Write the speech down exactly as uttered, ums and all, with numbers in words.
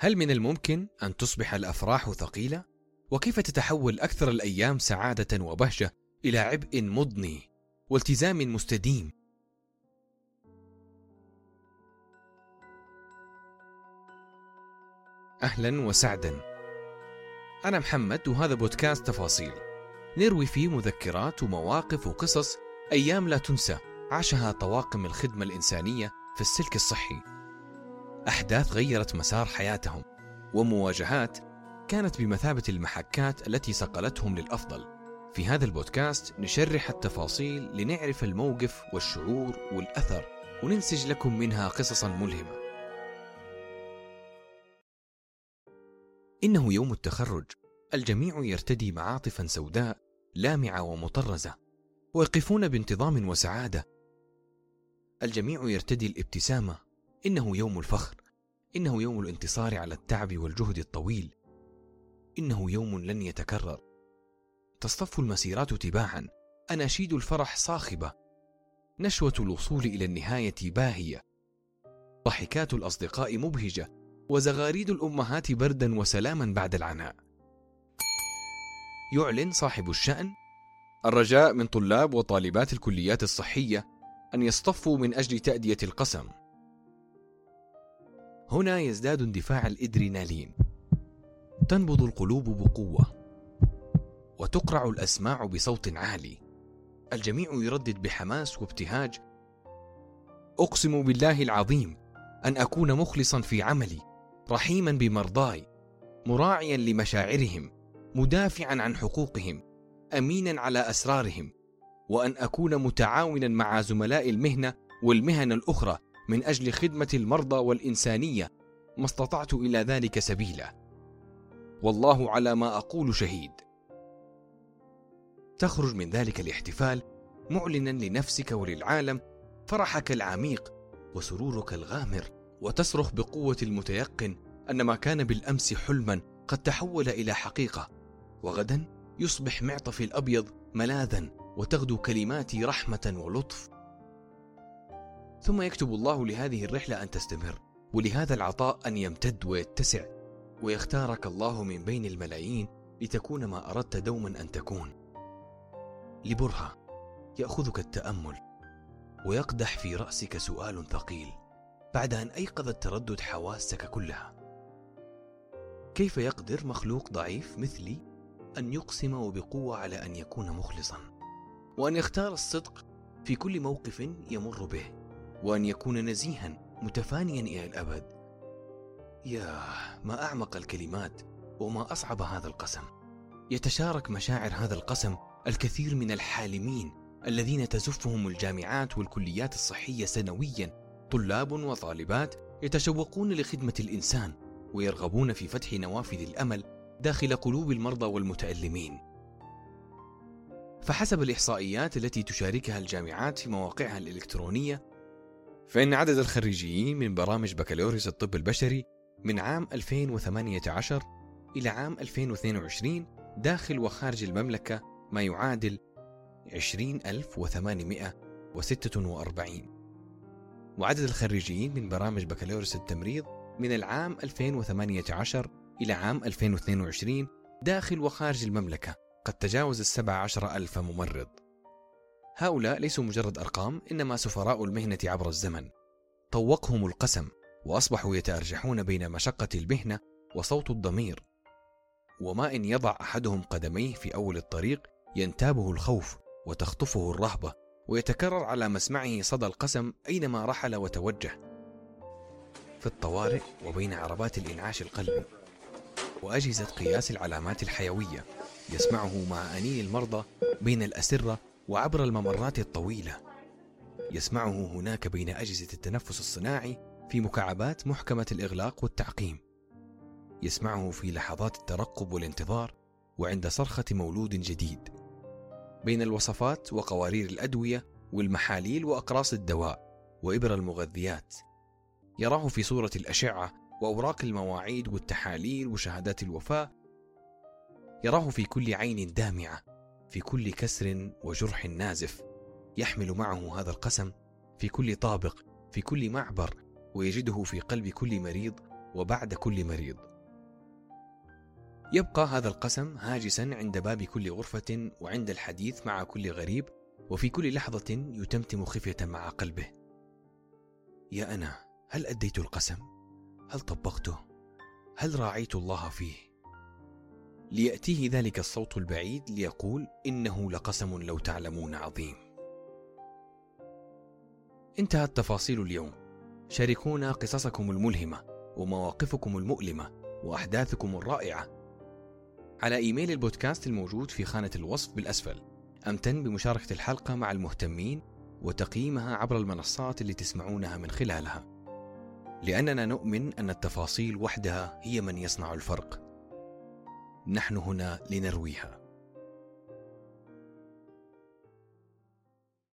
هل من الممكن أن تصبح الأفراح ثقيلة؟ وكيف تتحول أكثر الأيام سعادة وبهجة إلى عبء مضني والتزام مستديم؟ أهلا وسعدا، أنا محمد وهذا بودكاست تفاصيل، نروي فيه مذكرات ومواقف وقصص أيام لا تنسى عاشها طواقم الخدمة الإنسانية في السلك الصحي. أحداث غيرت مسار حياتهم، ومواجهات كانت بمثابة المحكات التي صقلتهم للأفضل. في هذا البودكاست نشرح التفاصيل لنعرف الموقف والشعور والأثر، وننسج لكم منها قصصا ملهمة. إنه يوم التخرج، الجميع يرتدي معاطفا سوداء لامعة ومطرزة، ويقفون بانتظام وسعادة. الجميع يرتدي الابتسامة، إنه يوم الفخر، إنه يوم الانتصار على التعب والجهد الطويل، إنه يوم لن يتكرر. تصطف المسيرات تباعا، أناشيد الفرح صاخبة، نشوة الوصول إلى النهاية باهية، ضحكات الأصدقاء مبهجة، وزغاريد الأمهات بردا وسلاما بعد العناء. يعلن صاحب الشأن الرجاء من طلاب وطالبات الكليات الصحية أن يصطفوا من أجل تأدية القسم. هنا يزداد اندفاع الإدرينالين، تنبض القلوب بقوة، وتقرع الأسماع بصوت عالي. الجميع يردد بحماس وابتهاج: أقسم بالله العظيم أن أكون مخلصا في عملي، رحيما بمرضاي، مراعيا لمشاعرهم، مدافعا عن حقوقهم، أمينا على أسرارهم، وأن أكون متعاونا مع زملاء المهنة والمهن الأخرى من أجل خدمة المرضى والإنسانية ما استطعت إلى ذلك سبيلا، والله على ما أقول شهيد. تخرج من ذلك الاحتفال معلنا لنفسك وللعالم فرحك العميق وسرورك الغامر، وتصرخ بقوة المتيقن أن ما كان بالأمس حلما قد تحول إلى حقيقة، وغدا يصبح معطفي الأبيض ملاذا، وتغدو كلماتي رحمة ولطف. ثم يكتب الله لهذه الرحلة أن تستمر، ولهذا العطاء أن يمتد ويتسع، ويختارك الله من بين الملايين لتكون ما أردت دوما أن تكون. لبرهة يأخذك التأمل، ويقدح في رأسك سؤال ثقيل بعد أن أيقظت تردد حواسك كلها: كيف يقدر مخلوق ضعيف مثلي أن يقسم وبقوة على أن يكون مخلصا، وأن يختار الصدق في كل موقف يمر به، وأن يكون نزيها متفانيا إلى الأبد؟ ياه، ما أعمق الكلمات وما أصعب هذا القسم. يتشارك مشاعر هذا القسم الكثير من الحالمين الذين تزفهم الجامعات والكليات الصحية سنويا، طلاب وطالبات يتشوقون لخدمة الإنسان، ويرغبون في فتح نوافذ الأمل داخل قلوب المرضى والمتألمين. فحسب الإحصائيات التي تشاركها الجامعات في مواقعها الإلكترونية، فإن عدد الخريجين من برامج بكالوريوس الطب البشري من عام ألفين وثمانية عشر إلى عام ألفين واثنين وعشرين داخل وخارج المملكة ما يعادل عشرين ألف وثمانمائة وستة وأربعين، وعدد الخريجين من برامج بكالوريوس التمريض من العام ألفين وثمانية عشر إلى عام ألفين واثنين وعشرين داخل وخارج المملكة قد تجاوز السبع عشر ألف ممرض. هؤلاء ليسوا مجرد أرقام، إنما سفراء المهنة عبر الزمن، طوقهم القسم وأصبحوا يتأرجحون بين مشقة المهنة وصوت الضمير. وما إن يضع أحدهم قدميه في أول الطريق ينتابه الخوف وتخطفه الرهبة، ويتكرر على مسمعه صدى القسم أينما رحل وتوجه. في الطوارئ وبين عربات الإنعاش القلبي وأجهزة قياس العلامات الحيوية، يسمعه مع أنين المرضى بين الأسرة وعبر الممرات الطويلة، يسمعه هناك بين أجهزة التنفس الصناعي في مكعبات محكمة الإغلاق والتعقيم، يسمعه في لحظات الترقب والانتظار وعند صرخة مولود جديد، بين الوصفات وقوارير الأدوية والمحاليل وأقراص الدواء وإبر المغذيات. يراه في صورة الأشعة وأوراق المواعيد والتحاليل وشهادات الوفاة. يراه في كل عين دامعة، في كل كسر وجرح نازف. يحمل معه هذا القسم في كل طابق، في كل معبر، ويجده في قلب كل مريض وبعد كل مريض. يبقى هذا القسم هاجسا عند باب كل غرفة وعند الحديث مع كل غريب، وفي كل لحظة يتمتم خفية مع قلبه: يا أنا، هل أديت القسم؟ هل طبقته؟ هل راعيت الله فيه؟ ليأتيه ذلك الصوت البعيد ليقول: إنه لقسم لو تعلمون عظيم. انتهت تفاصيل اليوم. شاركونا قصصكم الملهمة ومواقفكم المؤلمة وأحداثكم الرائعة على إيميل البودكاست الموجود في خانة الوصف بالأسفل. أمتن بمشاركة الحلقة مع المهتمين وتقييمها عبر المنصات اللي تسمعونها من خلالها، لأننا نؤمن أن التفاصيل وحدها هي من يصنع الفرق. نحن هنا لنرويها.